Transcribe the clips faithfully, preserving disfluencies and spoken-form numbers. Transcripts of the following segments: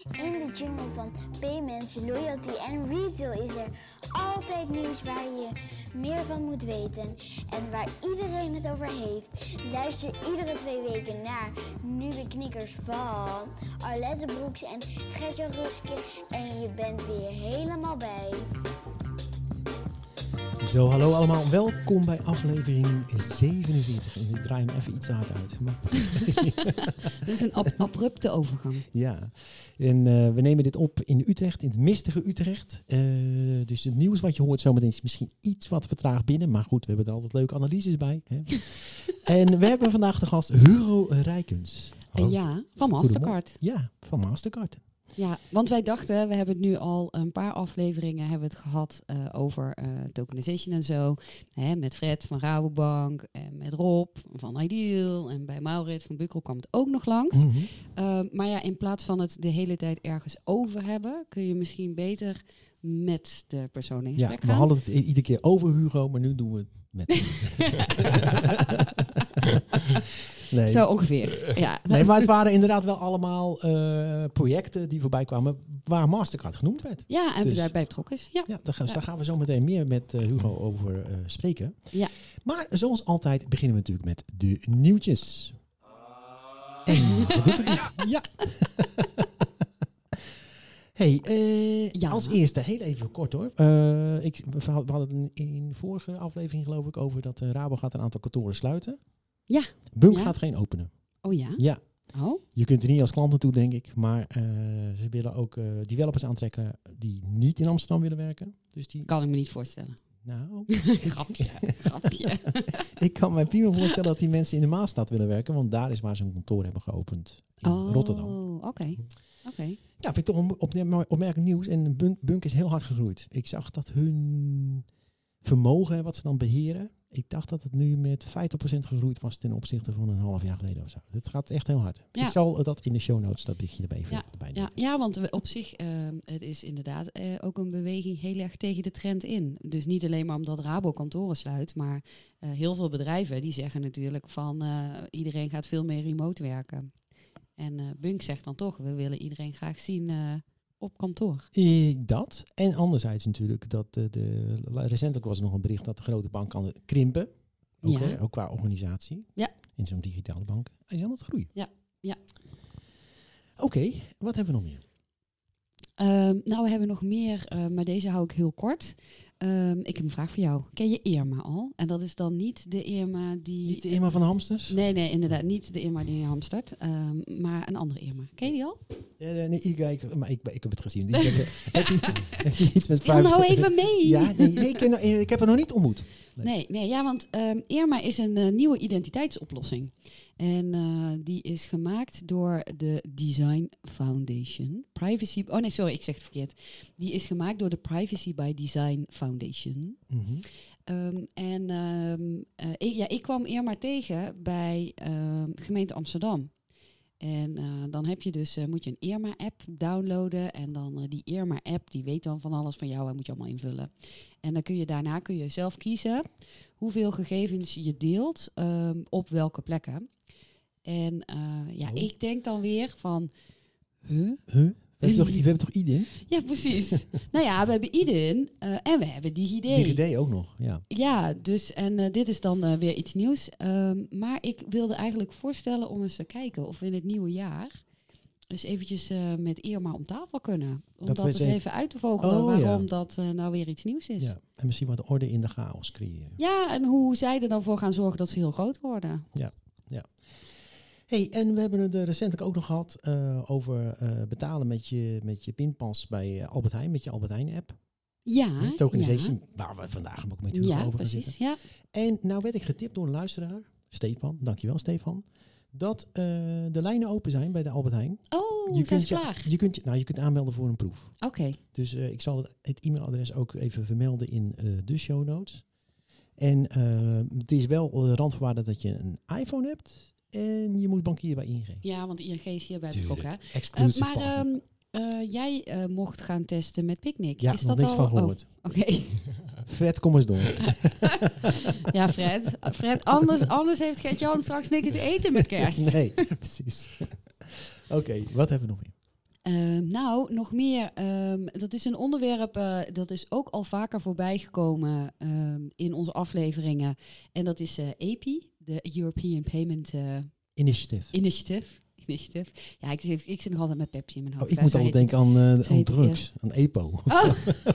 In de jungle van payments, loyalty en retail is er altijd nieuws waar je meer van moet weten en waar iedereen het over heeft. Luister iedere twee weken naar nieuwe knikkers van Arlette Broeks en Gertjan Ruske en je bent weer helemaal bij. Zo, hallo allemaal. Welkom bij aflevering zevenenveertig. En ik draai hem even iets te hard uit. Maar... Dit is een ab- abrupte overgang. Ja, en uh, we nemen dit op in Utrecht, in het mistige Utrecht. Uh, dus het nieuws wat je hoort zometeen is misschien iets wat vertraagd binnen. Maar goed, we hebben er altijd leuke analyses bij. Hè? En we hebben vandaag de gast Hugo Rijkens. Oh. Ja, van Mastercard. Ja, van Mastercard. Ja, want wij dachten, we hebben nu al een paar afleveringen hebben we het gehad uh, over uh, tokenization en zo. Hè, met Fred van Rabobank en met Rob van Ideal en bij Maurits van Bukkel kwam het ook nog langs. Mm-hmm. Uh, maar ja, in plaats van het de hele tijd ergens over hebben, kun je misschien beter met de persoon in gesprek ja, gaan. We hadden het i- iedere keer over Hugo, maar nu doen we het met Nee. Zo ongeveer, ja. Nee, maar het waren inderdaad wel allemaal uh, projecten die voorbij kwamen waar Mastercard genoemd werd. Ja, en dus, daarbij betrokken is. Ja, ja, daar, gaan, ja. daar gaan we zo meteen meer met uh, Hugo over uh, spreken. Ja. Maar zoals altijd beginnen we natuurlijk met de nieuwtjes. En dat doet het niet. Ja. Hey, uh, ja. Als eerste, heel even kort hoor. Uh, ik, we hadden in de vorige aflevering geloof ik over dat uh, Rabo gaat een aantal kantoren sluiten. Ja. Bunk ja. gaat geen openen. Oh ja? Ja. Oh. Je kunt er niet als klant naartoe, denk ik. Maar uh, ze willen ook uh, developers aantrekken die niet in Amsterdam willen werken. Dus die... Kan ik me niet voorstellen. Nou, grapje, grapje. Ik kan me prima voorstellen dat die mensen in de Maasstad willen werken. Want daar is waar ze een kantoor hebben geopend in oh, Rotterdam. Oké, okay. oké. Okay. Ja, vind ik toch opmerkelijk opmerk nieuws. En Bunk, Bunk is heel hard gegroeid. Ik zag dat hun vermogen, wat ze dan beheren, ik dacht dat het nu met vijftig procent gegroeid was ten opzichte van een half jaar geleden of zo. Het gaat echt heel hard. Ja. Ik zal dat in de show notes, dat berichtje erbij, ja. erbij ja, ja, want we, op zich, uh, het is inderdaad uh, ook een beweging heel erg tegen de trend in. Dus niet alleen maar omdat Rabo kantoren sluit, maar uh, heel veel bedrijven die zeggen natuurlijk van uh, iedereen gaat veel meer remote werken. En uh, Bunk zegt dan toch, we willen iedereen graag zien uh, op kantoor. E, dat. En anderzijds natuurlijk, dat uh, de, recentelijk was er nog een bericht dat de grote bank kan krimpen. Ook, ja. hè, ook qua organisatie. Ja. In zo'n digitale bank. Hij is aan het groeien. Ja. ja. Oké, okay, wat hebben we nog meer? Um, nou, we hebben nog meer, uh, maar deze hou ik heel kort. Um, ik heb een vraag voor jou. Ken je Irma al? En dat is dan niet de Irma die... Niet de Irma van de hamsters? Nee, nee, inderdaad. Niet de Irma die hamstert. Um, maar een andere Irma. Ken je die al? Ja, nee, ik, ik, maar ik, ik heb het gezien. Die heeft, heeft iets met Speel nou even mee. Ja, nee, ik, ik heb haar nog niet ontmoet. Nee, nee, nee ja, want um, Irma is een uh, nieuwe identiteitsoplossing. En uh, die is gemaakt door de Design Foundation. Privacy... Oh nee, sorry, ik zeg het verkeerd. Die is gemaakt door de Privacy by Design Foundation. Mm-hmm. Um, en um, uh, ik, ja, ik kwam Irma tegen bij uh, gemeente Amsterdam. En uh, dan heb je dus, uh, moet je een Irma-app downloaden. En dan uh, die Irma-app, die weet dan van alles van jou en moet je allemaal invullen. En dan kun je daarna kun je zelf kiezen hoeveel gegevens je deelt um, op welke plekken. En uh, ja, oh. ik denk dan weer van, huh? Huh? We hebben, toch, we hebben toch I D I N? Ja, precies. Nou ja, we hebben I D I N uh, en we hebben DigiD. DigiD ook nog, ja. Ja, dus en uh, dit is dan uh, weer iets nieuws. Um, maar ik wilde eigenlijk voorstellen om eens te kijken of we in het nieuwe jaar dus eventjes uh, met Irma om tafel kunnen. Om dat, dat eens even uit te vogelen oh, waarom ja. dat uh, nou weer iets nieuws is. Ja. En misschien wat orde in de chaos creëren. Ja, en hoe zij er dan voor gaan zorgen dat ze heel groot worden. Ja, ja. Hey, en we hebben het uh, recentelijk ook nog gehad uh, over uh, betalen met je, met je pinpas bij uh, Albert Heijn, met je Albert Heijn app. Ja, He, tokenization, ja. waar we vandaag ook met u ja, over precies, gaan zitten. Ja. En nou werd ik getipt door een luisteraar, Stefan, dankjewel Stefan, dat uh, de lijnen open zijn bij de Albert Heijn. Oh, je zijn kunt ze je, klaar? Je kunt, nou, je kunt aanmelden voor een proef. Oké. Okay. Dus uh, ik zal het, het e-mailadres ook even vermelden in uh, de show notes. En uh, het is wel de randvoorwaarde dat je een iPhone hebt. En je moet bankieren bij I N G. Ja, want I N G is hierbij betrokken. Uh, maar um, uh, jij uh, mocht gaan testen met Picnic. Ja, is dat dat niks al? van gehoord. Oh, Oké. Okay. Fred, kom eens door. Ja, Fred. Fred, anders, anders heeft Gert-Jan straks niks te eten met kerst. Nee, precies. Oké, okay, wat hebben we nog meer? Uh, nou, nog meer. Um, dat is een onderwerp, uh, dat is ook al vaker voorbij gekomen um, in onze afleveringen. En dat is uh, E P I, de European Payment uh, Initiative. Initiative. Initiative. Ja, ik, ik zit nog altijd met Pepsi in mijn hoofd. Oh, ik moet altijd denken aan, uh, aan drugs, ja. aan E P O. Oh.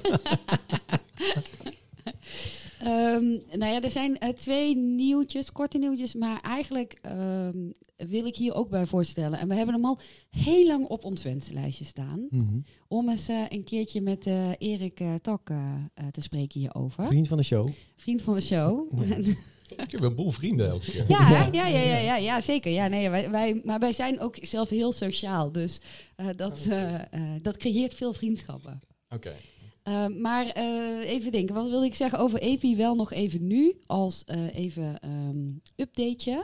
Um, nou ja, er zijn uh, twee nieuwtjes, korte nieuwtjes, maar eigenlijk um, wil ik hier ook bij voorstellen. En we hebben hem al heel lang op ons wensenlijstje staan. Mm-hmm. Om eens uh, een keertje met uh, Erik uh, Tak uh, uh, te spreken hierover. Vriend van de show. Vriend van de show. Ja. Ik heb een boel vrienden elke keer. Ja, ja, ja, ja, ja, ja, ja zeker. Ja, nee, wij, wij, maar wij zijn ook zelf heel sociaal. Dus uh, dat, uh, uh, dat creëert veel vriendschappen. Oké. Okay. Uh, maar uh, even denken, wat wilde ik zeggen over E P I wel nog even nu, als uh, even um, updateje.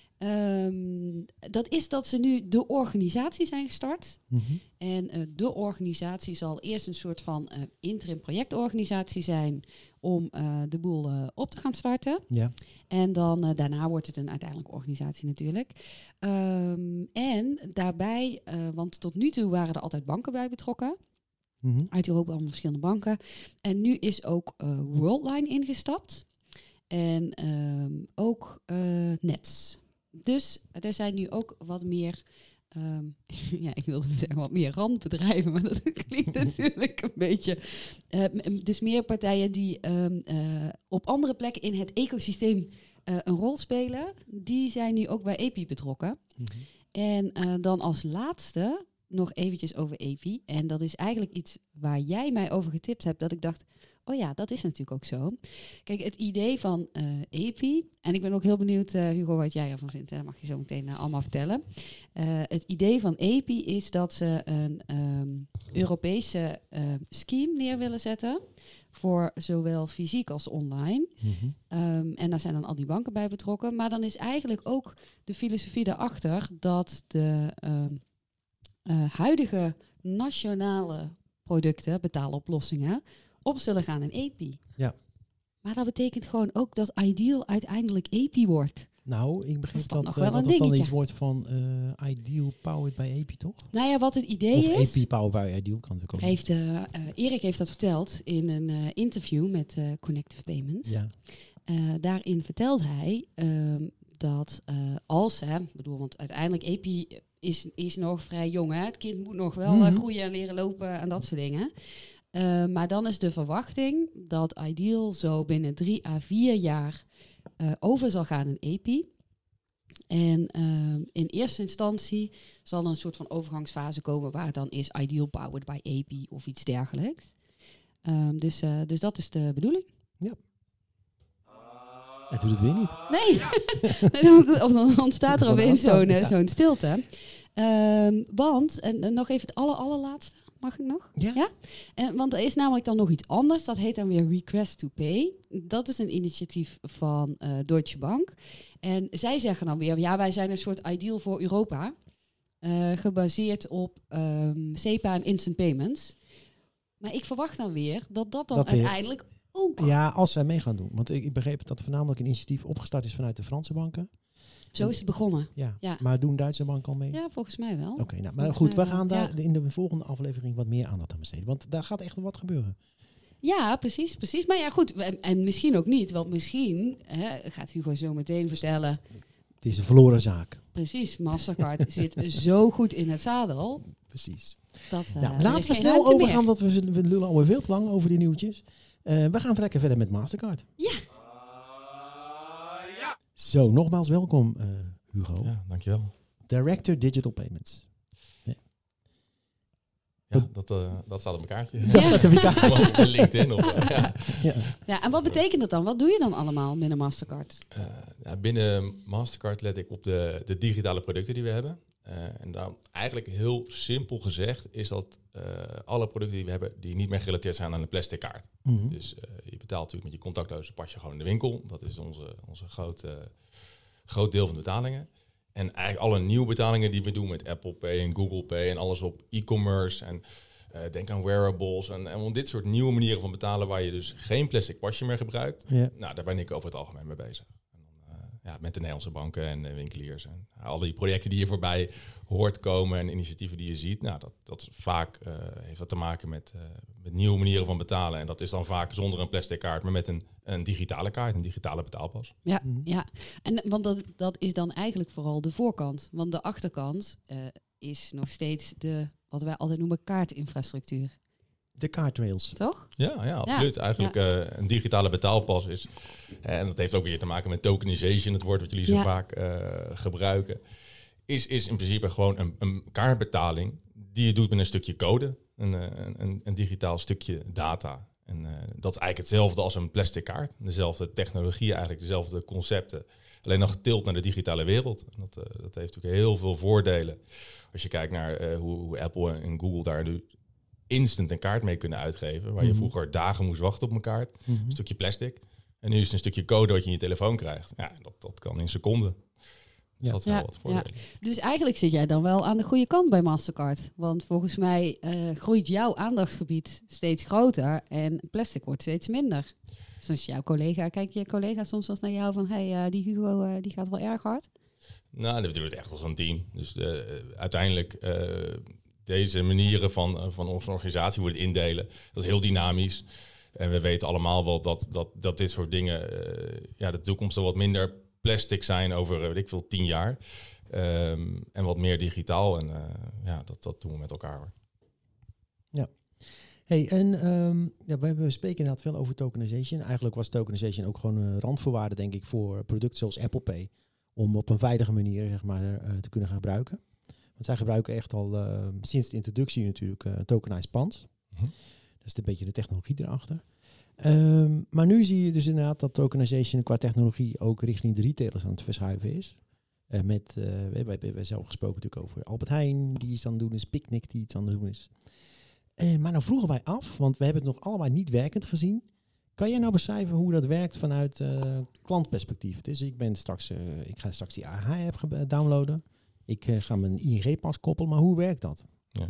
Um, dat is dat ze nu de organisatie zijn gestart. Mm-hmm. En uh, de organisatie zal eerst een soort van uh, interim projectorganisatie zijn om uh, de boel uh, op te gaan starten. Ja. En dan uh, daarna wordt het een uiteindelijke organisatie natuurlijk. Um, en daarbij, uh, want tot nu toe waren er altijd banken bij betrokken. Mm-hmm. Uit Europa allemaal verschillende banken. En nu is ook uh, Worldline ingestapt. En um, ook uh, Nets. Dus er zijn nu ook wat meer... Um, ja, ik wilde zeggen wat meer randbedrijven, maar dat klinkt natuurlijk een beetje... Uh, dus meer partijen die um, uh, op andere plekken in het ecosysteem uh, een rol spelen. Die zijn nu ook bij E P I betrokken. Mm-hmm. En uh, dan als laatste... nog eventjes over E P I. En dat is eigenlijk iets waar jij mij over getipt hebt, dat ik dacht, oh ja, dat is natuurlijk ook zo. Kijk, het idee van uh, E P I, en ik ben ook heel benieuwd, uh, Hugo, wat jij ervan vindt. Dat mag je zo meteen uh, allemaal vertellen. Uh, het idee van E P I is dat ze een um, Europese uh, scheme neer willen zetten voor zowel fysiek als online. Mm-hmm. Um, en daar zijn dan al die banken bij betrokken. Maar dan is eigenlijk ook de filosofie daarachter dat de... Um, Uh, huidige nationale producten, betaaloplossingen, op zullen gaan in E P I. Ja. Maar dat betekent gewoon ook dat Ideal uiteindelijk E P I wordt. Nou, ik begrijp dat dat, uh, dat het dan iets wordt van uh, Ideal powered by E P I, toch? Nou ja, wat het idee of is... Of E P I powered by Ideal kan natuurlijk ook. Heeft, uh, uh, Erik heeft dat verteld in een uh, interview met uh, Connective Payments. Ja. Uh, daarin vertelt hij um, dat uh, als, hè, bedoel, want uiteindelijk E P I... Is, is nog vrij jong, hè? Het kind moet nog wel mm-hmm. uh, groeien en leren lopen en dat soort dingen. Uh, maar dan is de verwachting dat Ideal zo binnen drie à vier jaar uh, over zal gaan in E P I. En uh, in eerste instantie zal er een soort van overgangsfase komen waar het dan is Ideal powered by E P I of iets dergelijks. Um, dus, uh, dus dat is de bedoeling. Ja. Hij doet het weer niet. Nee, of dan ontstaat er opeens zo'n, ja. zo'n stilte. Um, want, en, en nog even het aller, allerlaatste, mag ik nog? Ja. ja? En, want er is namelijk dan nog iets anders, dat heet dan weer Request to Pay. Dat is een initiatief van uh, Deutsche Bank. En zij zeggen dan weer, ja, wij zijn een soort Ideal voor Europa, uh, gebaseerd op um, SEPA en Instant Payments. Maar ik verwacht dan weer dat dat dan dat uiteindelijk... Weer. Ook. Ja, als zij mee gaan doen. Want ik, ik begreep dat er voornamelijk een initiatief opgestart is vanuit de Franse banken. Zo is het begonnen. Ja, ja. Maar doen Duitse banken al mee? Ja, volgens mij wel. Oké, okay, nou, maar volgens goed, we gaan daar ja. in de volgende aflevering wat meer aandacht aan besteden. Want daar gaat echt wat gebeuren. Ja, precies, precies. Maar ja, goed. En, en misschien ook niet. Want misschien hè, gaat Hugo zo meteen vertellen... Het is een verloren zaak. Precies, Mastercard zit zo goed in het zadel. Precies. Dat, uh, nou, laten we snel overgaan, want we, we lullen alweer veel te lang over die nieuwtjes. Uh, we gaan lekker verder met Mastercard. Ja. Uh, ja. Zo, nogmaals welkom, uh, Hugo. Ja, dankjewel. Director Digital Payments. Ja, ja dat, uh, dat staat op mijn kaartje. Ja. Dat staat op mijn kaartje. LinkedIn. Of, uh, ja. Ja. Ja, en wat betekent dat dan? Wat doe je dan allemaal binnen Mastercard? Uh, ja, binnen Mastercard let ik op de, de digitale producten die we hebben. Uh, en dan eigenlijk heel simpel gezegd is dat uh, alle producten die we hebben die niet meer gerelateerd zijn aan een plastic kaart. Mm-hmm. Dus uh, je betaalt natuurlijk met je contactloze pasje gewoon in de winkel. Dat is onze, onze grote, groot deel van de betalingen. En eigenlijk alle nieuwe betalingen die we doen met Apple Pay en Google Pay en alles op e-commerce en uh, denk aan wearables en, en om dit soort nieuwe manieren van betalen waar je dus geen plastic pasje meer gebruikt. Yeah. Nou, daar ben ik over het algemeen mee bezig. Ja, met de Nederlandse banken en uh, winkeliers en al die projecten die hier voorbij hoort komen en initiatieven die je ziet, nou, dat, dat vaak uh, heeft dat te maken met, uh, met nieuwe manieren van betalen. En dat is dan vaak zonder een plastic kaart, maar met een, een digitale kaart, een digitale betaalpas. Ja, Mhm. ja. En, want dat, dat is dan eigenlijk vooral de voorkant. Want de achterkant uh, is nog steeds de, wat wij altijd noemen, kaartinfrastructuur. De kaartrails. Toch? Ja, ja, absoluut. Ja, Eigenlijk ja. Uh, een digitale betaalpas is, en dat heeft ook weer te maken met tokenization, het woord wat jullie zo Ja. vaak uh, gebruiken, is, is in principe gewoon een, een kaartbetaling die je doet met een stukje code, een, een, een, een digitaal stukje data. En uh, dat is eigenlijk hetzelfde als een plastic kaart. Dezelfde technologie, eigenlijk dezelfde concepten. Alleen dan getild naar de digitale wereld. En dat, uh, dat heeft natuurlijk heel veel voordelen. Als je kijkt naar uh, hoe, hoe Apple en Google daar nu instant een kaart mee kunnen uitgeven. Waar je Mhm. vroeger dagen moest wachten op een kaart. Mhm. Een stukje plastic. En nu is het een stukje code wat je in je telefoon krijgt. Ja, dat, dat kan in seconden. Dus Ja. dat zijn Ja, wel wat voordelen. Dus eigenlijk zit jij dan wel aan de goede kant bij Mastercard. Want volgens mij uh, groeit jouw aandachtsgebied steeds groter en plastic wordt steeds minder. Zoals jouw collega, kijk je collega soms wel eens naar jou van, hey, uh, die Hugo uh, die gaat wel erg hard. Nou, dat doen we het echt als een team. Dus uh, uiteindelijk uh, deze manieren van, uh, van onze organisatie, hoe we het indelen, dat is heel dynamisch. En we weten allemaal wel dat, dat, dat dit soort dingen, uh, ja, de toekomst er wat minder plastic zijn over, weet ik veel, tien jaar. Um, en wat meer digitaal. En uh, ja, dat, dat doen we met elkaar. Hoor. Ja. Hey, en um, ja, we, we spreken inderdaad veel over tokenization. Eigenlijk was tokenization ook gewoon een randvoorwaarde, denk ik, voor producten zoals Apple Pay. Om op een veilige manier, zeg maar, uh, te kunnen gaan gebruiken. Want zij gebruiken echt al uh, sinds de introductie natuurlijk uh, tokenized pans. Mm-hmm. Dat is een beetje de technologie erachter. Um, maar nu zie je dus inderdaad dat tokenization qua technologie ook richting de retailers aan het verschuiven is. Uh, met, uh, we hebben we, we zelf gesproken natuurlijk over Albert Heijn, die iets aan het doen is, Picnic die iets aan het doen is. Uh, maar nou vroegen wij af, want we hebben het nog allemaal niet werkend gezien. Kan jij nou beschrijven hoe dat werkt vanuit uh, klantperspectief? Dus ik ben straks, uh, ik ga straks die A H-app downloaden. Ik uh, ga mijn I N G-pas koppelen, maar hoe werkt dat? Ja.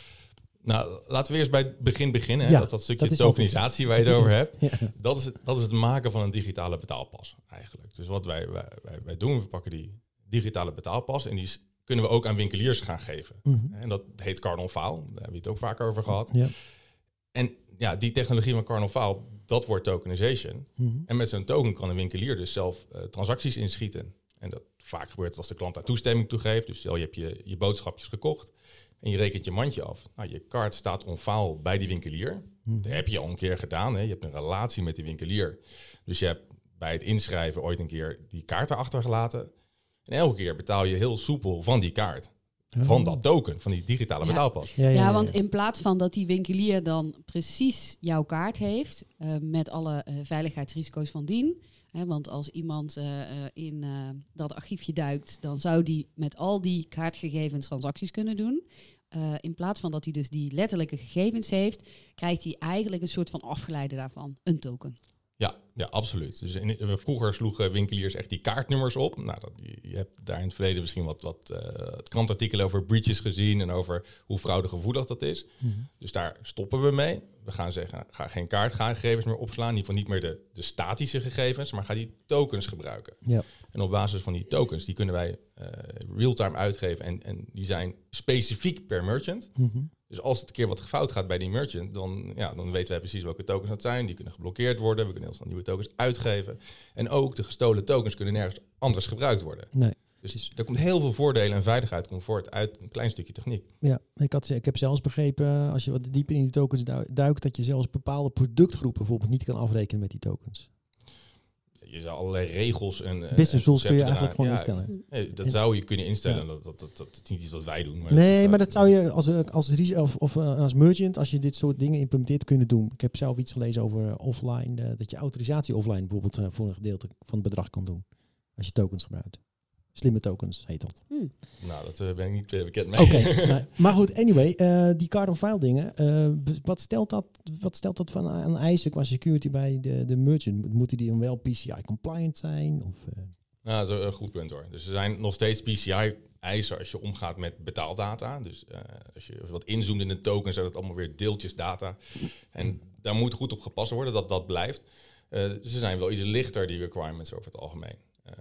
Nou, laten we eerst bij het begin beginnen. Ja, dat, dat stukje dat tokenisatie waar je het over hebt. Ja. Dat, is het, dat is het maken van een digitale betaalpas eigenlijk. Dus wat wij, wij, wij, wij doen, we pakken die digitale betaalpas en die kunnen we ook aan winkeliers gaan geven. Mm-hmm. En dat heet Cardinal File, daar hebben we het ook vaak over gehad. Ja. En ja, die technologie van Cardinal File, dat wordt tokenization. Mm-hmm. En met zo'n token kan een winkelier dus zelf uh, transacties inschieten. En dat vaak gebeurt als de klant daar toestemming toe geeft. Dus stel je hebt je, je boodschapjes gekocht en je rekent je mandje af. Nou, je kaart staat on file bij die winkelier. Mm-hmm. Dat heb je al een keer gedaan. Hè? Je hebt een relatie met die winkelier. Dus je hebt bij het inschrijven ooit een keer die kaart erachter gelaten. En elke keer betaal je heel soepel van die kaart. Van dat token, van die digitale Ja. betaalpas. Ja, ja, ja, Ja, ja. want in plaats van dat die winkelier dan precies jouw kaart heeft, uh, met alle uh, veiligheidsrisico's van dien. Hè, want als iemand uh, uh, in uh, dat archiefje duikt, dan zou die met al die kaartgegevens transacties kunnen doen. Uh, in plaats van dat hij dus die letterlijke gegevens heeft, krijgt hij eigenlijk een soort van afgeleide daarvan, een token. Ja, ja, absoluut. Dus in, vroeger sloegen winkeliers echt die kaartnummers op. Nou, dat, je, je hebt daar in het verleden misschien wat, wat uh, krantartikelen over breaches gezien en over hoe fraudegevoelig dat is. Mm-hmm. Dus daar stoppen we mee. We gaan zeggen, ga geen kaartgegevens meer opslaan. In ieder geval niet meer de, de statische gegevens, maar ga die tokens gebruiken. Ja. En op basis van die tokens, die kunnen wij uh, real-time uitgeven. En, en die zijn specifiek per merchant. Mm-hmm. Dus als het een keer wat fout gaat bij die merchant, dan, ja, dan weten wij precies welke tokens dat zijn. Die kunnen geblokkeerd worden. We kunnen heel snel nieuwe tokens uitgeven. En ook de gestolen tokens kunnen nergens anders gebruikt worden. Nee. Dus er komt heel veel voordelen en veiligheid komt voort uit een klein stukje techniek. Ja, ik, had, ik heb zelfs begrepen, als je wat dieper in die tokens duikt, dat je zelfs bepaalde productgroepen bijvoorbeeld niet kan afrekenen met die tokens. Je zou allerlei regels en uh, business rules kun je eraan, eigenlijk gewoon ja, instellen. Nee, dat zou je kunnen instellen. Ja. Dat, dat, dat, dat is niet iets wat wij doen. Maar Nee, dat, maar dat zou je als, als, of, of uh, als merchant, als je dit soort dingen implementeert, kunnen doen. Ik heb zelf iets gelezen over uh, offline, uh, dat je autorisatie offline bijvoorbeeld uh, voor een gedeelte van het bedrag kan doen. Als je tokens gebruikt. Slimme tokens heet dat. Hmm. Nou, dat uh, ben ik niet uh, bekend mee. Oké, okay, nou, maar goed, anyway, uh, die card on file dingen, uh, wat stelt dat, wat stelt dat van aan eisen qua security bij de, de merchant? Moeten die dan wel P C I compliant zijn? Of, uh? Nou, dat is een goed punt hoor. Dus er zijn nog steeds P C I-eisen als je omgaat met betaaldata. Dus uh, als je wat inzoomt in de token, zijn dat allemaal weer deeltjes data. En daar moet goed op gepast worden dat dat blijft. Uh, dus er zijn wel iets lichter, die requirements over het algemeen. Uh,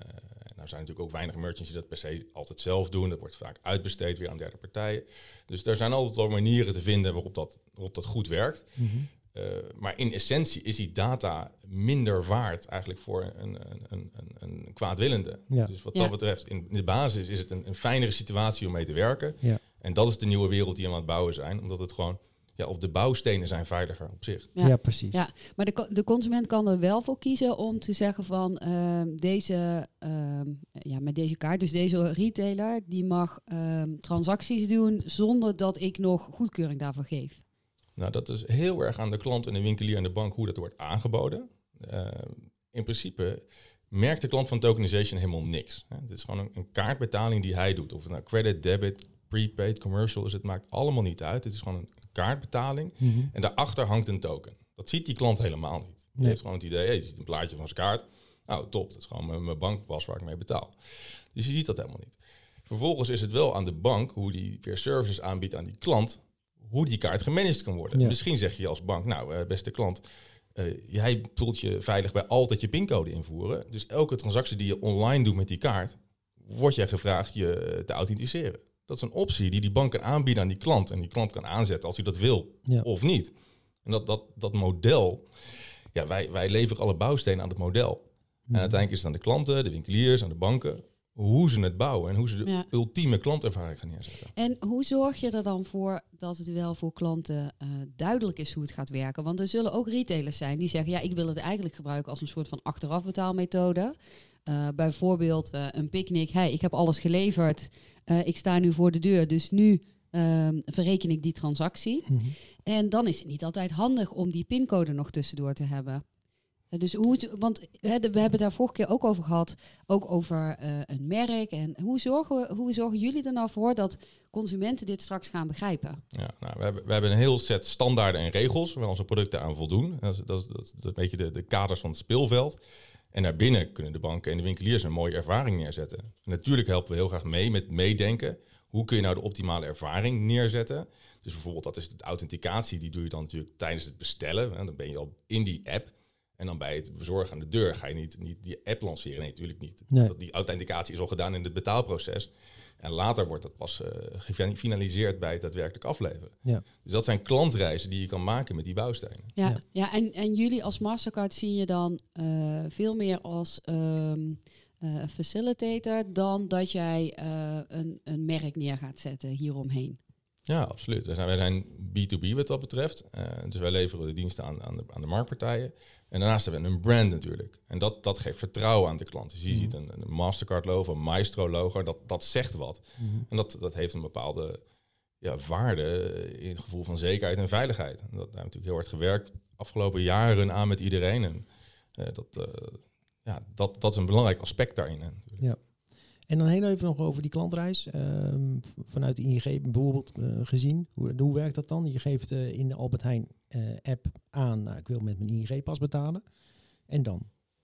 nou zijn natuurlijk ook weinig merchants die dat per se altijd zelf doen. Dat wordt vaak uitbesteed weer aan derde partijen. Dus er zijn altijd wel manieren te vinden waarop dat, waarop dat goed werkt. Mm-hmm. Uh, maar in essentie is die data minder waard eigenlijk voor een, een, een, een kwaadwillende. Ja. Dus wat Ja. dat betreft, in, in de basis is het een, een fijnere situatie om mee te werken. Ja. En dat is de nieuwe wereld die we aan het bouwen zijn. Omdat het gewoon, ja, op de bouwstenen zijn veiliger op zich. Ja, Ja. precies. Ja, maar de, co- de consument kan er wel voor kiezen om te zeggen van ehm, deze, ehm, ja, met deze kaart, dus deze retailer, die mag ehm, transacties doen zonder dat ik nog goedkeuring daarvoor geef. Nou, dat is heel erg aan de klant en de winkelier en de bank hoe dat wordt aangeboden. Uh, in principe merkt de klant van tokenization helemaal niks. Hè. Het is gewoon een, een kaartbetaling die hij doet. Of het nou credit, debit, prepaid, commercial is, het maakt allemaal niet uit. Het is gewoon een kaartbetaling Mm-hmm. en daarachter hangt een token. Dat ziet die klant helemaal niet. Die Nee. heeft gewoon het idee, hey, je ziet een plaatje van zijn kaart. Nou, top, dat is gewoon mijn, mijn bankpas waar ik mee betaal. Dus je ziet dat helemaal niet. Vervolgens is het wel aan de bank hoe die weer services aanbiedt aan die klant, hoe die kaart gemanaged kan worden. Ja. Misschien zeg je als bank, nou, uh, beste klant, uh, jij voelt je veilig bij altijd je pincode invoeren. Dus elke transactie die je online doet met die kaart, wordt jij gevraagd je te authenticeren. Dat is een optie die die bank kan aanbieden aan die klant. En die klant kan aanzetten als hij dat wil Ja. of niet. En dat, dat, dat model, ja, wij, wij leveren alle bouwstenen aan het model. Mm-hmm. En uiteindelijk is het aan de klanten, de winkeliers, aan de banken, hoe ze het bouwen en hoe ze de Ja. ultieme klantervaring gaan neerzetten. En hoe zorg je er dan voor dat het wel voor klanten uh, duidelijk is hoe het gaat werken? Want er zullen ook retailers zijn die zeggen, ja, ik wil het eigenlijk gebruiken als een soort van achterafbetaalmethode. Uh, bijvoorbeeld uh, een picknick, hey, ik heb alles geleverd, uh, ik sta nu voor de deur, dus nu uh, verreken ik die transactie. Mm-hmm. En dan is het niet altijd handig om die pincode nog tussendoor te hebben. Uh, dus hoe, want hè, de, we hebben het daar vorige keer ook over gehad, ook over uh, een merk. En hoe zorgen, we, hoe zorgen jullie er nou voor dat consumenten dit straks gaan begrijpen? Ja, nou, we, hebben, we hebben een heel set standaarden en regels waar onze producten aan voldoen. Dat is, dat is, dat is een beetje de, de kaders van het speelveld. En daarbinnen kunnen de banken en de winkeliers een mooie ervaring neerzetten. En natuurlijk helpen we heel graag mee met meedenken. Hoe kun je nou de optimale ervaring neerzetten? Dus bijvoorbeeld, dat is de authenticatie. Die doe je dan natuurlijk tijdens het bestellen. Hè? Dan ben je al in die app. En dan bij het bezorgen aan de deur ga je niet, niet die app lanceren. Nee, natuurlijk niet. Nee. Die authenticatie is al gedaan in het betaalproces. En later wordt dat pas uh, gefinaliseerd bij het daadwerkelijk afleveren. Ja. Dus dat zijn klantreizen die je kan maken met die bouwstenen. Ja, Ja. ja en, en jullie als Mastercard zien je dan uh, veel meer als um, uh, facilitator dan dat jij uh, een, een merk neer gaat zetten hieromheen. Ja, absoluut. Wij zijn, wij zijn B to B wat dat betreft. Uh, dus wij leveren de diensten aan, aan, de, aan de marktpartijen. En daarnaast hebben we een brand natuurlijk. En dat, dat geeft vertrouwen aan de klant. Dus je Mm-hmm. ziet een, een Mastercard logo, een Maestro logo. Dat, dat zegt wat. Mm-hmm. En dat, dat heeft een bepaalde ja, waarde in het gevoel van zekerheid en veiligheid. En dat hebben we natuurlijk heel hard gewerkt afgelopen jaren aan met iedereen. En uh, dat, uh, ja, dat, dat is een belangrijk aspect daarin. Hè, Ja. En dan heel even nog over die klantreis. Uh, vanuit de I N G bijvoorbeeld uh, gezien. Hoe, hoe werkt dat dan? Je geeft uh, in de Albert Heijn uh, app aan, nou, ik wil met mijn I N G-pas betalen. En dan?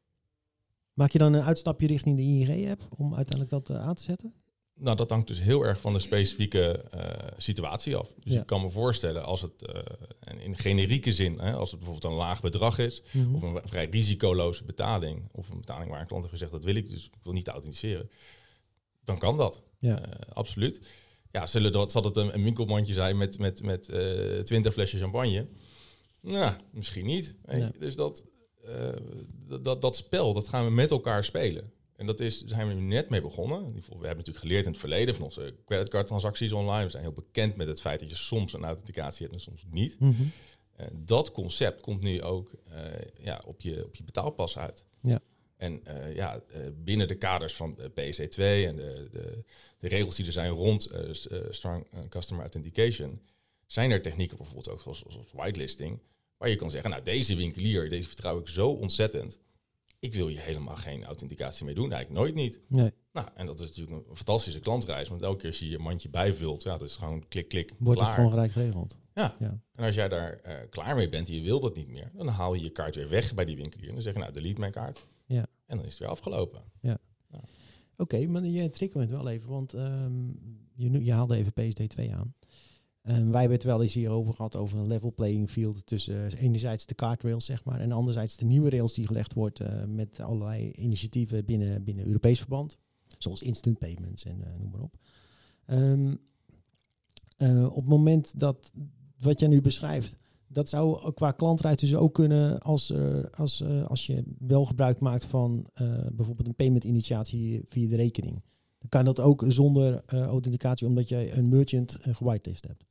Maak je dan een uitstapje richting de I N G-app om uiteindelijk dat uh, aan te zetten? Nou, dat hangt dus heel erg van de specifieke uh, situatie af. Dus Ja. ik kan me voorstellen als het uh, in generieke zin, hè, als het bijvoorbeeld een laag bedrag is, Mm-hmm. of een vrij risicoloze betaling, of een betaling waar een klant heeft gezegd dat wil ik, dus ik wil niet authenticeren, dan kan dat. Ja. Uh, absoluut. Ja, zullen dat, zal het een, een winkelmandje zijn met, met, met uh, twintig flesjes champagne? Nou, misschien niet. Hè? Ja. Dus dat, uh, dat, dat, dat spel, dat gaan we met elkaar spelen. En dat is, daar zijn we nu net mee begonnen. In ieder geval, we hebben natuurlijk geleerd in het verleden van onze creditcardtransacties online. We zijn heel bekend met het feit dat je soms een authenticatie hebt en soms niet. Mm-hmm. Uh, dat concept komt nu ook uh, ja, op, je, op je betaalpas uit. Ja. En uh, ja, uh, binnen de kaders van uh, P S C twee en de, de, de regels die er zijn rond uh, uh, Strong Customer Authentication, zijn er technieken bijvoorbeeld ook zoals, zoals whitelisting, waar je kan zeggen, nou deze winkelier, deze vertrouw ik zo ontzettend. Ik wil je helemaal geen authenticatie mee doen, eigenlijk nooit niet. Nee. Nou, en dat is natuurlijk een fantastische klantreis, want elke keer als je je mandje bijvult, ja, dat is gewoon klik, klik, Wordt klaar. het gewoon gelijk geregeld? Ja. Ja. En als jij daar uh, klaar mee bent en je wilt dat niet meer, dan haal je je kaart weer weg bij die winkelier. En dan zeg je, nou, delete mijn kaart. Ja. En dan is het weer afgelopen. Oké, okay, maar je triggert het wel even, want um, je, je haalde even P S D twee aan. En wij hebben het wel eens hierover gehad, over een level playing field tussen uh, enerzijds de cardrails, zeg maar, en anderzijds de nieuwe rails die gelegd wordt uh, met allerlei initiatieven binnen, binnen Europees verband. Zoals instant payments en uh, noem maar op. Um, uh, op het moment dat wat jij nu beschrijft, dat zou qua klantreis dus ook kunnen als, uh, als, uh, als je wel gebruik maakt van uh, bijvoorbeeld een payment initiatie via de rekening. Dan kan dat ook zonder uh, authenticatie, omdat jij een merchant uh, gewitelist hebt.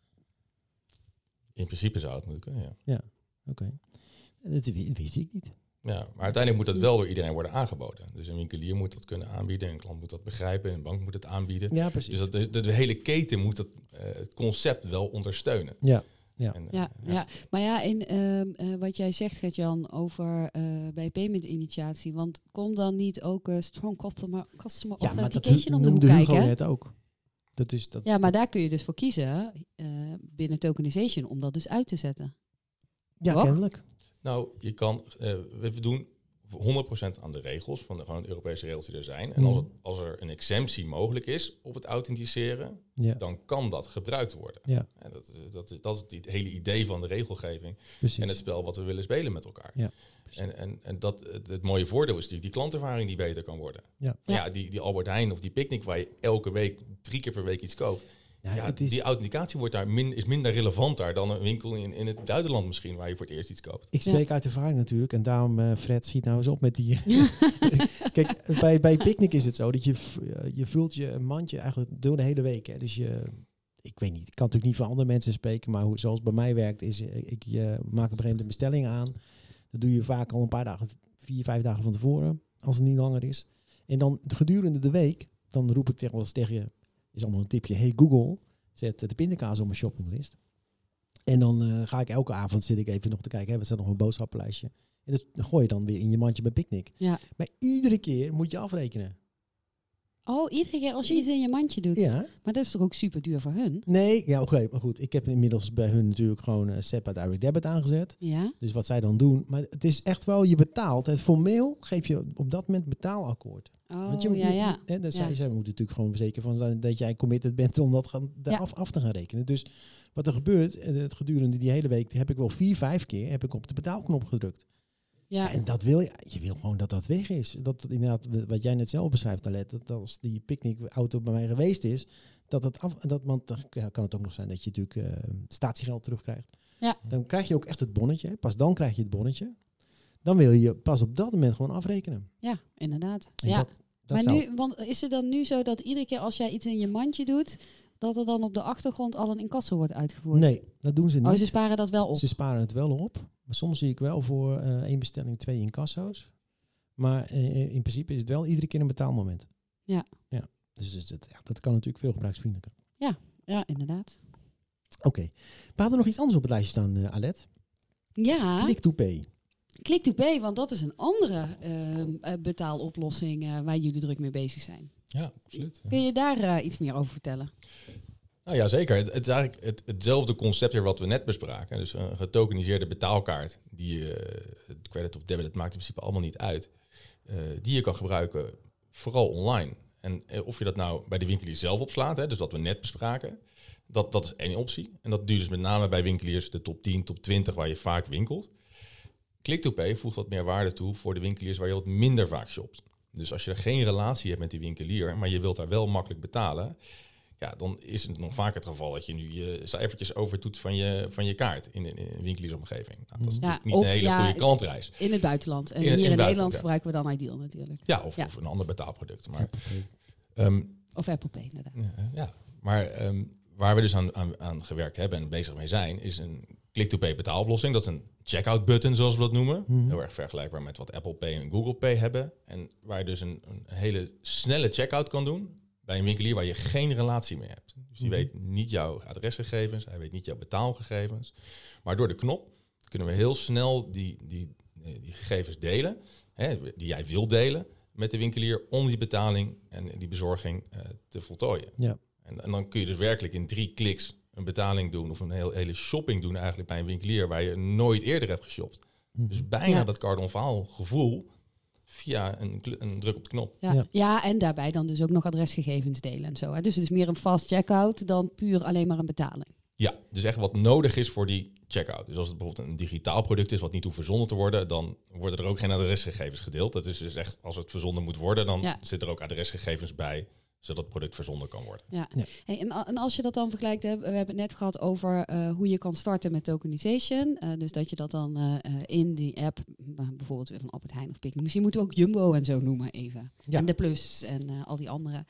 In principe zou het moeten kunnen, ja. Ja, oké. Okay. Dat wist ik niet. Ja, maar uiteindelijk moet dat wel door iedereen worden aangeboden. Dus een winkelier moet dat kunnen aanbieden, een klant moet dat begrijpen, een bank moet het aanbieden. Ja, precies. Dus dat, de, de, de hele keten moet dat, uh, het concept wel ondersteunen. Ja. Ja. En, uh, ja, ja. ja, maar ja, in uh, uh, wat jij zegt, Gert-Jan, over uh, bij payment initiatie, want komt dan niet ook uh, strong customer, customer ja, authentication om de hoek kijken? kijken? Net ook. Dat is dat. Ja, maar daar kun je dus voor kiezen uh, binnen tokenization om dat dus uit te zetten. Ja, Toch? kennelijk. Nou, je kan, uh, we doen honderd procent aan de regels, van de gewoon Europese regels die er zijn. En als, het, als er een exemptie mogelijk is op het authenticeren, ja. dan kan dat gebruikt worden. Ja. En dat, dat, dat is het hele idee van de regelgeving. Precies. En het spel wat we willen spelen met elkaar. Ja. En, en, en dat, het, het mooie voordeel is natuurlijk die klantervaring die beter kan worden. Ja. Ja, ja die, die Albert Heijn of die Picnic waar je elke week, drie keer per week iets koopt. Ja, ja, het is die authenticatie wordt daar min, is minder relevant daar dan een winkel in, in het buitenland misschien, waar je voor het eerst iets koopt. Ik spreek ja. uit ervaring natuurlijk en daarom, uh, Fred, schiet nou eens op met die... Kijk, bij, bij Picnic is het zo dat je, je vult je mandje eigenlijk door de hele week. Hè. Dus je, ik weet niet, ik kan natuurlijk niet voor andere mensen spreken, maar hoe, zoals het bij mij werkt is, ik je maak op een gegeven moment een bestelling aan. Dat doe je vaak al een paar dagen, vier, vijf dagen van tevoren, als het niet langer is. En dan gedurende de week, dan roep ik tegen, wel eens tegen je, is allemaal een tipje, hey Google, zet de pindakaas op mijn shoppinglist. En dan uh, ga ik elke avond, zit ik even nog te kijken, hè, we staat nog een boodschappenlijstje. En dat gooi je dan weer in je mandje bij Picnic. Ja. Maar iedere keer moet je afrekenen. Oh, iedere keer als je iets in je mandje doet? Ja. Maar dat is toch ook super duur voor hun? Nee, ja, oké, okay, maar goed. Ik heb inmiddels bij hun natuurlijk gewoon uh, SEPA Direct Debit aangezet. Ja. Dus wat zij dan doen. Maar het is echt wel, je betaalt. Het formeel geef je op dat moment betaalakkoord. Oh, Want je, ja, ja. Hè, dan ja. zij, zij moeten natuurlijk gewoon zeker van zijn dat jij committed bent om dat gaan, ja. af, af te gaan rekenen. Dus wat er gebeurt, het gedurende die hele week, heb ik wel vier, vijf keer heb ik op de betaalknop gedrukt. Ja. Ja, en dat wil je, je wil gewoon dat dat weg is. Dat inderdaad, wat jij net zelf beschrijft, Alet, dat als die picknickauto bij mij geweest is, dat het af, dat, want dan kan het ook nog zijn dat je natuurlijk uh, statiegeld terugkrijgt. Ja. Dan krijg je ook echt het bonnetje. Pas dan krijg je het bonnetje. Dan wil je pas op dat moment gewoon afrekenen. Ja, inderdaad. En ja. Dat, dat maar zou... nu, want is het dan nu zo dat iedere keer als jij iets in je mandje doet, dat er dan op de achtergrond al een incasso wordt uitgevoerd? Nee, dat doen ze niet. Oh, ze sparen dat wel op? Ze sparen het wel op. Maar soms zie ik wel voor uh, één bestelling twee incasso's. Maar uh, in principe is het wel iedere keer een betaalmoment. Ja. Ja. Dus, dus dat, ja, dat kan natuurlijk veel gebruiksvriendelijker. Ja, ja, inderdaad. Oké. Okay. We hadden nog iets anders op het lijstje staan, uh, Alet. Ja. Click to pay. Click to pay, want dat is een andere uh, uh, betaaloplossing uh, waar jullie druk mee bezig zijn. Ja, absoluut. Ja. Kun je daar uh, iets meer over vertellen? Nou ja, zeker. Het, het is eigenlijk het, hetzelfde concept weer wat we net bespraken. Dus een getokeniseerde betaalkaart, die uh, credit of debit, het maakt in principe allemaal niet uit. Uh, die je kan gebruiken, vooral online. En uh, of je dat nou bij de winkelier zelf opslaat, hè, dus wat we net bespraken, dat, dat is één optie. En dat duurt dus met name bij winkeliers de top tien, top twintig waar je vaak winkelt. Click to pay voegt wat meer waarde toe voor de winkeliers waar je wat minder vaak shopt. Dus als je er geen relatie hebt met die winkelier, maar je wilt daar wel makkelijk betalen, ja, dan is het nog vaak het geval dat je nu je cijfertjes overdoet van je, van je kaart in, in, in een winkeliersomgeving. Nou, dat is ja, niet een hele ja, goede klantreis. In het buitenland. En in, hier in, in Nederland ja. gebruiken we dan Ideal natuurlijk. Ja, of, ja. of een ander betaalproduct. Maar, um, of Apple Pay, inderdaad. Ja, ja. maar um, waar we dus aan, aan, aan gewerkt hebben en bezig mee zijn, is een click-to-pay betaaloplossing. Dat is een checkout button, zoals we dat noemen. Mm-hmm. Heel erg vergelijkbaar met wat Apple Pay en Google Pay hebben. En waar je dus een, een hele snelle checkout kan doen bij een winkelier waar je geen relatie mee hebt. Dus die mm-hmm. weet niet jouw adresgegevens, hij weet niet jouw betaalgegevens. Maar door de knop kunnen we heel snel die, die, die gegevens delen, hè, die jij wil delen met de winkelier, om die betaling en die bezorging uh, te voltooien. Ja. En, en dan kun je dus werkelijk in drie kliks een betaling doen of een heel, hele shopping doen eigenlijk bij een winkelier waar je nooit eerder hebt geshopt. Mm-hmm. Dus bijna ja. dat cardon-faal gevoel via een, een druk op de knop. Ja. Ja. ja, en daarbij dan dus ook nog adresgegevens delen en zo. Hè. Dus het is meer een fast checkout dan puur alleen maar een betaling. Ja, dus echt wat nodig is voor die checkout. Dus als het bijvoorbeeld een digitaal product is wat niet hoeft verzonden te worden, dan worden er ook geen adresgegevens gedeeld. Dat is dus echt, als het verzonden moet worden, dan Ja. zit er ook adresgegevens bij, zodat het product verzonden kan worden. Ja. Ja. Hey, en, a- en als je dat dan vergelijkt, hè, we hebben het net gehad over uh, hoe je kan starten met tokenization. Uh, dus dat je dat dan uh, uh, in die app, uh, bijvoorbeeld weer van Albert Heijn of Picnic, misschien moeten we ook Jumbo en zo noemen even. Ja. En de Plus en uh, al die andere.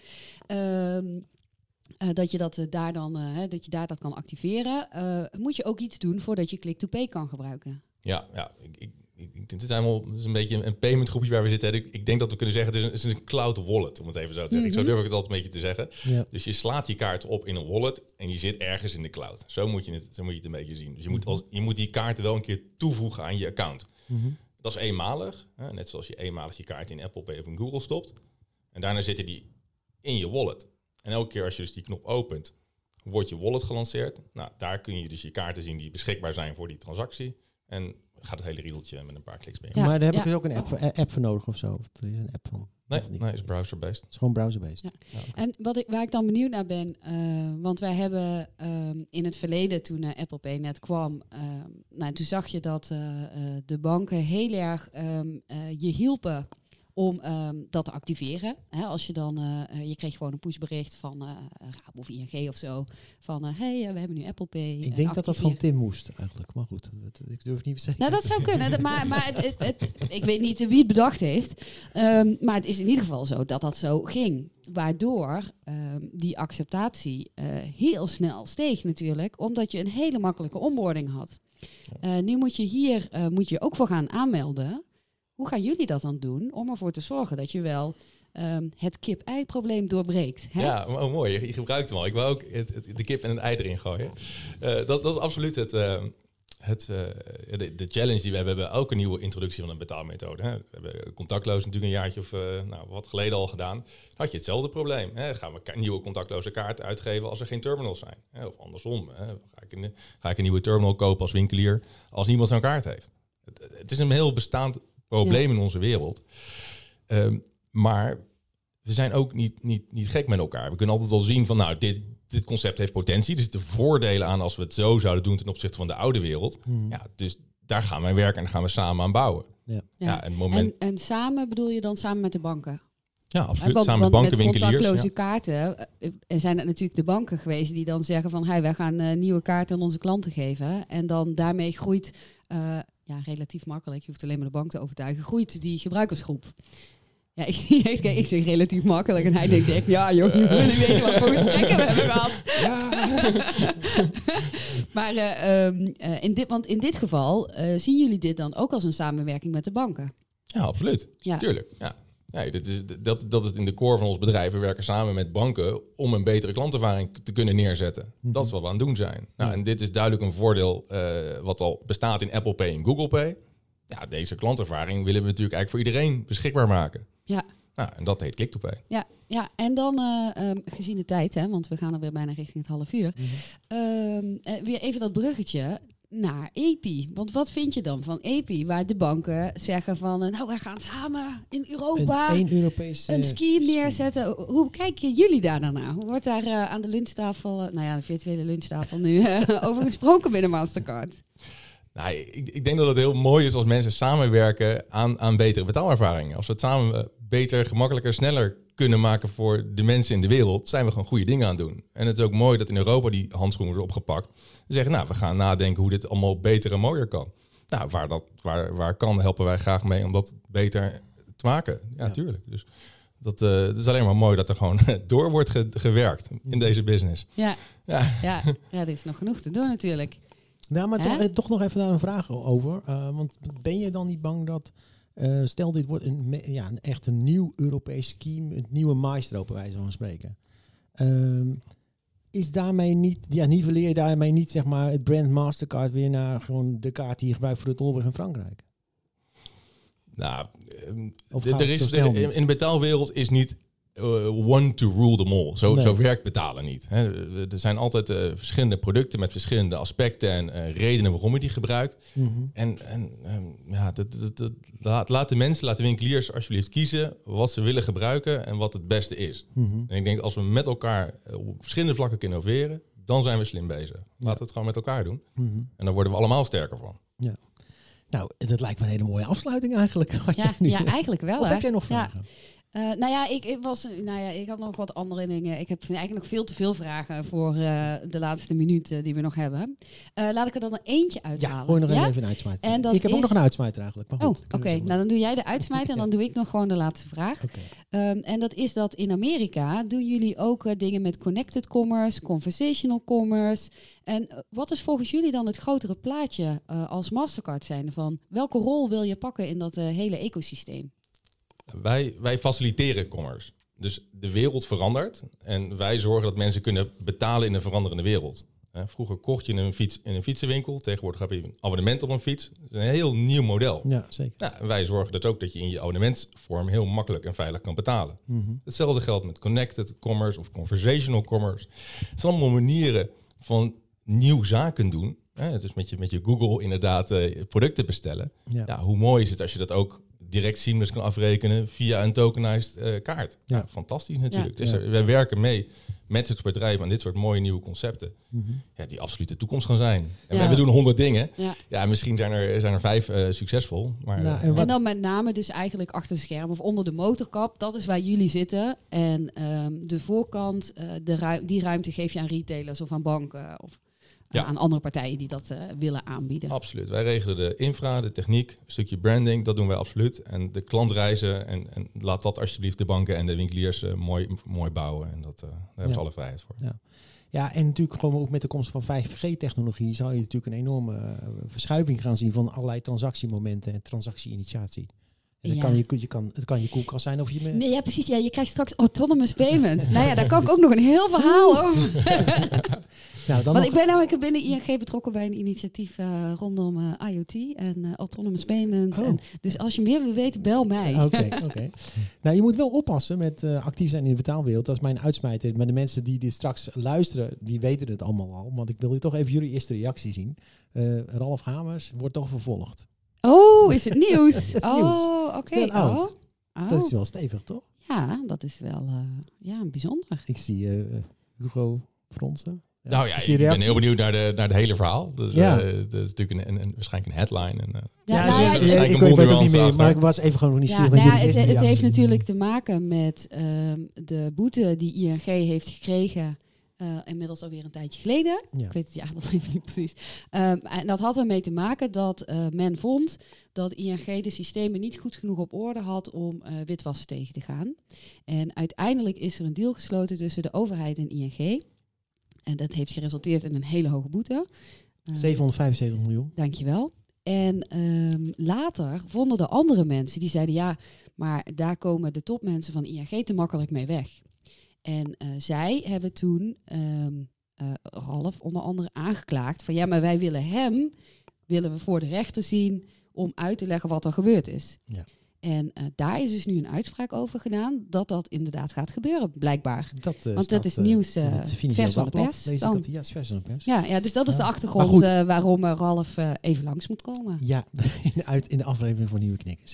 Um, Uh, dat je dat uh, daar dan uh, hè, dat je daar dat kan activeren. Uh, moet je ook iets doen voordat je Click-to-Pay kan gebruiken? Ja, ja ik, ik, ik, ik, het is helemaal het is een beetje een payment groepje waar we zitten. Ik, ik denk dat we kunnen zeggen, het is, een, het is een cloud wallet, om het even zo te zeggen. Mm-hmm. Zo durf ik het altijd een beetje te zeggen. Ja. Dus je slaat die kaart op in een wallet en je zit ergens in de cloud. Zo moet je het, zo moet je het een beetje zien. Dus je moet, als, je moet die kaarten wel een keer toevoegen aan je account. Mm-hmm. Dat is eenmalig. Hè? Net zoals je eenmalig je kaart in Apple Pay of in Google stopt. En daarna zitten die in je wallet. En elke keer als je dus die knop opent, wordt je wallet gelanceerd. Nou, daar kun je dus je kaarten zien die beschikbaar zijn voor die transactie. En gaat het hele riedeltje met een paar kliks binnen. Ja, Maar daar heb ja. ik dus ook een app, voor, eh, app voor nodig of zo. Of er is een app van. Nee, Of niet? nee, is browser-based. Het is gewoon browser-based. Ja. Ja. En wat ik, waar ik dan benieuwd naar ben, uh, want wij hebben um, in het verleden, toen uh, Apple Pay net kwam, um, nou, toen zag je dat uh, uh, de banken heel erg um, uh, je hielpen om um, dat te activeren. Hè, als je dan, uh, je kreeg gewoon een pushbericht van uh, Rabo of I N G of zo, van uh, hey, uh, we hebben nu Apple Pay. Ik uh, denk dat dat van activeer. Tim moest eigenlijk. Maar goed, dat, ik durf het niet zeker. Nou, dat zou kunnen. Dat- Maar, maar het, het, het, ik weet niet wie het bedacht heeft. Um, maar het is in ieder geval zo dat dat zo ging. Waardoor um, die acceptatie uh, heel snel steeg natuurlijk. Omdat je een hele makkelijke onboarding had. Uh, nu moet je hier uh, moet je ook voor gaan aanmelden. Hoe gaan jullie dat dan doen om ervoor te zorgen dat je wel um, het kip-ei-probleem doorbreekt? Hè? Ja, oh, mooi. Je, je gebruikt hem al. Ik wou ook het, het, de kip en het ei erin gooien. Uh, dat, dat is absoluut het, uh, het, uh, de, de challenge die we hebben. We hebben ook een nieuwe introductie van een betaalmethode. Hè. We hebben contactloos natuurlijk een jaartje of uh, nou, wat geleden al gedaan. Dan had je hetzelfde probleem. Hè. Gaan we ka- nieuwe contactloze kaarten uitgeven als er geen terminals zijn? Hè. Of andersom. Hè. Ga, ik een, ga ik een nieuwe terminal kopen als winkelier als niemand zo'n kaart heeft? Het, het is een heel bestaand probleem ja. in onze wereld. Um, maar we zijn ook niet, niet, niet gek met elkaar. We kunnen altijd al zien van, nou, dit, dit concept heeft potentie. Er zitten voordelen aan als we het zo zouden doen ten opzichte van de oude wereld. Hmm. Ja, dus daar gaan wij werken en daar gaan we samen aan bouwen. Ja. Ja. Ja, en, het moment... en, en samen bedoel je dan samen met de banken? Ja, absoluut. Want, samen met want banken, met winkeliers. contactloze Ja. kaarten uh, zijn het natuurlijk de banken geweest die dan zeggen van, hey, wij gaan uh, nieuwe kaarten aan onze klanten geven. En dan daarmee groeit, uh, ja, relatief makkelijk, je hoeft alleen maar de bank te overtuigen, groeit die gebruikersgroep. Ja, ik, ik, ik zeg relatief makkelijk en hij denkt echt, ja joh, nu moet ik weten wat voor gesprekken we hebben gehad. Ja. Maar uh, um, uh, in dit, want in dit geval uh, zien jullie dit dan ook als een samenwerking met de banken? Ja, absoluut. Ja. Tuurlijk, ja. Nee, dit is, dat, dat is in de core van ons bedrijf. We werken samen met banken om een betere klantervaring te kunnen neerzetten. Mm-hmm. Dat is wat we aan het doen zijn. Nou, ja. En dit is duidelijk een voordeel uh, wat al bestaat in Apple Pay en Google Pay. Ja, deze klantervaring willen we natuurlijk eigenlijk voor iedereen beschikbaar maken. Ja. Nou, en dat heet Click-to-Pay. Ja, ja, en dan uh, um, gezien de tijd, hè, want we gaan er weer bijna richting het half uur. Mm-hmm. Uh, uh, weer even dat bruggetje naar E P I. Want wat vind je dan van E P I? Waar de banken zeggen van, uh, nou, wij gaan samen in Europa een, een, Europese een scheme neerzetten. Hoe kijken jullie daar dan naar? Hoe wordt daar uh, aan de lunchtafel, uh, nou ja, de virtuele lunchtafel nu, uh, over gesproken binnen Mastercard? Nou, ik, ik denk dat het heel mooi is als mensen samenwerken aan, aan betere betaalervaringen. Als we het samen beter, gemakkelijker, sneller kunnen maken voor de mensen in de wereld, zijn we gewoon goede dingen aan het doen. En het is ook mooi dat in Europa die handschoenen worden opgepakt. Ze zeggen, nou, we gaan nadenken hoe dit allemaal beter en mooier kan. Nou, waar dat waar, waar kan, helpen wij graag mee om dat beter te maken. Ja, ja. tuurlijk. Dus dat, uh, het is alleen maar mooi dat er gewoon door wordt ge- gewerkt in deze business. Ja, ja. ja. ja, er is nog genoeg te doen natuurlijk. Nou, maar toch, toch nog even daar een vraag over. Uh, want ben je dan niet bang dat, uh, stel dit wordt een, ja, een echt een nieuw Europees scheme, een nieuwe maestro bij wijze van spreken. Uh, is daarmee niet, ja, niveleer je daarmee niet zeg maar het brand Mastercard weer naar gewoon de kaart die je gebruikt voor de Tolweg in Frankrijk? Nou, um, er is, er, in, in de betaalwereld is niet Uh, one to rule them all. Zo, nee. zo werkt betalen niet. Hè. Er zijn altijd uh, verschillende producten met verschillende aspecten en uh, redenen waarom je die gebruikt. Mm-hmm. En, en um, ja, dat, dat, dat, laat, laat de mensen, laat de winkeliers alsjeblieft kiezen wat ze willen gebruiken en wat het beste is. Mm-hmm. En ik denk als we met elkaar op verschillende vlakken kunnen innoveren, dan zijn we slim bezig. Laten Ja. we het gewoon met elkaar doen. Mm-hmm. En dan worden we allemaal sterker van. Nou, dat lijkt me een hele mooie afsluiting eigenlijk. Wat Ja, jij nu ja, zegt. eigenlijk wel. Of hè? heb jij nog Ja. vragen? Uh, nou ja, ik, ik was, nou ja, ik had nog wat andere dingen. Ik heb eigenlijk nog veel te veel vragen voor uh, de laatste minuut uh, die we nog hebben. Uh, laat ik er dan een eentje Ja, uithalen. gooi nog ja? even een uitsmijter. En dat ik heb ook is- nog een uitsmijter eigenlijk. Maar Oh, goed, oké. kunnen we zo- Nou, dan doe jij de uitsmijter en dan doe ik nog gewoon de laatste vraag. Oké. Um, en dat is dat in Amerika doen jullie ook uh, dingen met connected commerce, conversational commerce. En uh, wat is volgens jullie dan het grotere plaatje uh, als Mastercard zijnde van welke rol wil je pakken in dat uh, hele ecosysteem? Wij, wij faciliteren commerce. Dus de wereld verandert en wij zorgen dat mensen kunnen betalen in een veranderende wereld. Eh, vroeger kocht je een fiets in een fietsenwinkel, tegenwoordig heb je een abonnement op een fiets. Dat is een heel nieuw model. Ja, zeker. Nou, en wij zorgen dus ook dat je in je abonnementsvorm heel makkelijk en veilig kan betalen. Mhm. Hetzelfde geldt met connected commerce of conversational commerce. Het zijn allemaal manieren van nieuw zaken doen. Hè? Dus met je, met je Google inderdaad eh, producten bestellen. Ja. Ja, hoe mooi is het als je dat ook direct seamless kan afrekenen via een tokenized eh, kaart. Ja. Ja, fantastisch natuurlijk. Ja. Dus Ja. er- wij werken mee met het soort bedrijven aan dit soort mooie nieuwe concepten. Mhm. Ja, die absoluut de toekomst gaan zijn. En Ja. we doen honderd dingen. Ja. Ja, misschien zijn er, zijn er vijf eh, succesvol. Maar Nou, eh, en wat- En dan met name dus eigenlijk achter de schermen of onder de motorkap. Dat is waar jullie zitten. En ehm, de voorkant, eh, de ru- die ruimte geef je aan retailers of aan banken. Of uh, Ja. aan andere partijen die dat uh, willen aanbieden. Absoluut. Wij regelen de infra, de techniek, een stukje branding, dat doen wij absoluut. En de klantreizen en, en laat dat alsjeblieft de banken en de winkeliers uh, mooi, mooi bouwen. En dat, uh, daar hebben ze Ja. alle vrijheid voor. Ja. Ja, en natuurlijk gewoon ook met de komst van vijf G-technologie zou je natuurlijk een enorme uh, verschuiving gaan zien van allerlei transactiemomenten en transactie-initiatie. En dat Ja. kan je, je kan, het kan je koelkast zijn of je... Me- Nee, ja, precies. Ja, je krijgt straks autonomous payments. Nou ja, daar kan ik ook nog een heel verhaal over. nou, dan Want nog, ik ben namelijk binnen I N G betrokken bij een initiatief uh, rondom uh, I O T en uh, autonomous payments. Oh. En, dus als je meer wil weten, bel mij. Oké, oké. Nou, je moet wel oppassen met uh, actief zijn in de betaalwereld. Dat is mijn uitsmijter. Maar de mensen die dit straks luisteren, die weten het allemaal al. Want ik wil hier toch even jullie eerste reactie zien. Uh, Ralf Hamers wordt toch vervolgd. Oh, is het nieuws? Is het oh, nieuws. oké. Okay. Oh. oud. Oh. Dat is wel stevig, toch? Ja, dat is wel uh, ja, bijzonder. Ik zie uh, Hugo fronsen. Ja, Nou ja, is je ik ben reactie? heel benieuwd naar, de, naar het hele verhaal. Dus Ja. uh, dat is natuurlijk een, een, een, waarschijnlijk een headline. En, uh, Ja, Ja, nou ja, dus, het- ja, het- ik een weet het ook niet nuance meer, achter. maar ik was even gewoon nog niet Ja, nieuwsgierig nou naar ja, jullie het, eerste het heeft reactie. natuurlijk te maken met um, de boete die I N G heeft gekregen. Uh, inmiddels alweer een tijdje geleden. Ja. Ik weet het ja nog even niet precies. Um, en dat had ermee te maken dat uh, men vond dat I N G de systemen niet goed genoeg op orde had om uh, witwassen tegen te gaan. En uiteindelijk is er een deal gesloten tussen de overheid en I N G. En dat heeft geresulteerd in een hele hoge boete. Uh, zevenhonderdvijfenzeventig miljoen. Dankjewel. En um, later vonden de andere mensen, die zeiden ja, maar daar komen de topmensen van I N G te makkelijk mee weg. En uh, zij hebben toen um, uh, Ralf onder andere aangeklaagd van ja, maar wij willen hem, willen we voor de rechter zien om uit te leggen wat er gebeurd is. Ja. En uh, daar is dus nu een uitspraak over gedaan dat dat inderdaad gaat gebeuren, blijkbaar. Dat, uh, Want dat is nieuws uh, vers van de pers. Lees ik Dan. dat, ja, het is vers van de pers. Ja, ja, dus dat is Ja. de Maar achtergrond goed. uh, waarom uh, Ralf uh, even langs moet komen. Ja, in de, uit, in de aflevering van Nieuwe Knikkers.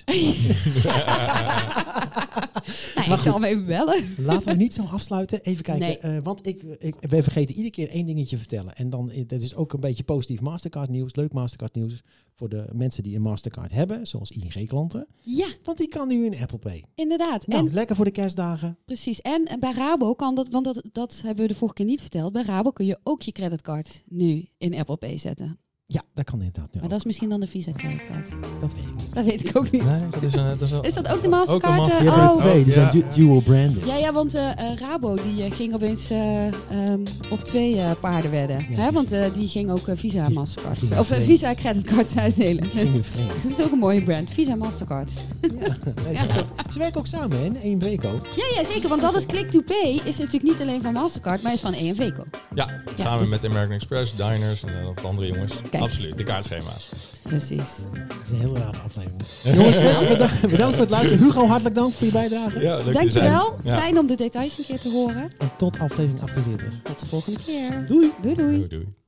Nou, Maar ik zal hem even bellen. Laten we niet zo afsluiten. Even kijken. Nee. Uh, want ik, ik, wij vergeten iedere keer één dingetje vertellen. En dan, dat is ook een beetje positief Mastercard nieuws. Leuk Mastercard nieuws voor de mensen die een Mastercard hebben. Zoals I N G-klanten. Ja, Want die kan nu in Apple Pay. inderdaad. Nou, En lekker voor de kerstdagen. precies. En en bij Rabo kan dat, want dat, dat hebben we de vorige keer niet verteld. Bij Rabo kun je ook je creditcard nu in Apple Pay zetten. Ja, dat kan inderdaad nu Maar ook. dat is misschien dan de Visa creditcard. Dat weet ik niet. Dat weet ik ook niet. nee, dat is, een, dat is, een, Is dat ook de Ook Mastercard? een eh, Die Mastercard. hebben er oh. twee. Die ja. zijn du- dual branded. Ja, ja, want uh, uh, Rabo die uh, ging opeens uh, um, op twee uh, paarden wedden. Ja, Hè? die- Want uh, die ging ook uh, Visa Die- Mastercard. die Of uh, vreemd. Visa creditcards uitdelen. Gingen vreemd. Dat is ook een mooie brand. Visa Mastercard. Ja. Nee, ze, ze werken ook samen, hè? in één Breco. Ja, ja, zeker. Want dat is Click-to-Pay. Is natuurlijk niet alleen van Mastercard, maar is van E N V Co. ja, Ja, samen dus- met American Express, Diners en uh, wat andere jongens. Kijk. Absoluut, de kaartschema's. Precies. Het is een hele rare aflevering. Jongens, mensen, bedankt, bedankt voor het luisteren. Hugo, hartelijk dank voor je bijdrage. Ja, leuk Dankjewel. te zijn. Ja. Fijn om de details een keer te horen. En tot aflevering achtenveertig. Tot de volgende keer. Doei! Doei doei. Doei, doei.